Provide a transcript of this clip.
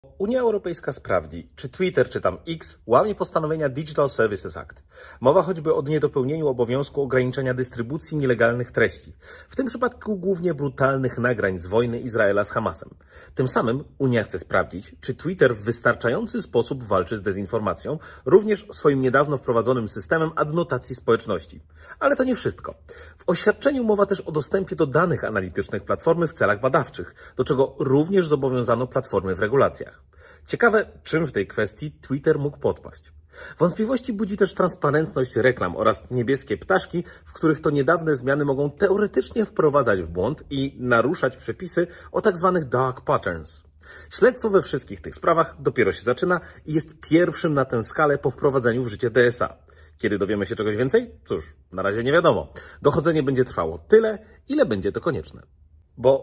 Unia Europejska sprawdzi, czy Twitter, czy tam X łamie postanowienia Digital Services Act. Mowa choćby o niedopełnieniu obowiązku ograniczenia dystrybucji nielegalnych treści, w tym przypadku głównie brutalnych nagrań z wojny Izraela z Hamasem. Tym samym Unia chce sprawdzić, czy Twitter w wystarczający sposób walczy z dezinformacją, również swoim niedawno wprowadzonym systemem adnotacji społeczności. Ale to nie wszystko. W oświadczeniu mowa też o dostępie do danych analitycznych platformy w celach badawczych, do czego również zobowiązano platformy w regulacjach. Ciekawe, czym w tej kwestii Twitter mógł podpaść. Wątpliwości budzi też transparentność reklam oraz niebieskie ptaszki, w których to niedawne zmiany mogą teoretycznie wprowadzać w błąd i naruszać przepisy o tzw. dark patterns. Śledztwo we wszystkich tych sprawach dopiero się zaczyna i jest pierwszym na tę skalę po wprowadzeniu w życie DSA. Kiedy dowiemy się czegoś więcej? Cóż, na razie nie wiadomo. Dochodzenie będzie trwało tyle, ile będzie to konieczne. Bo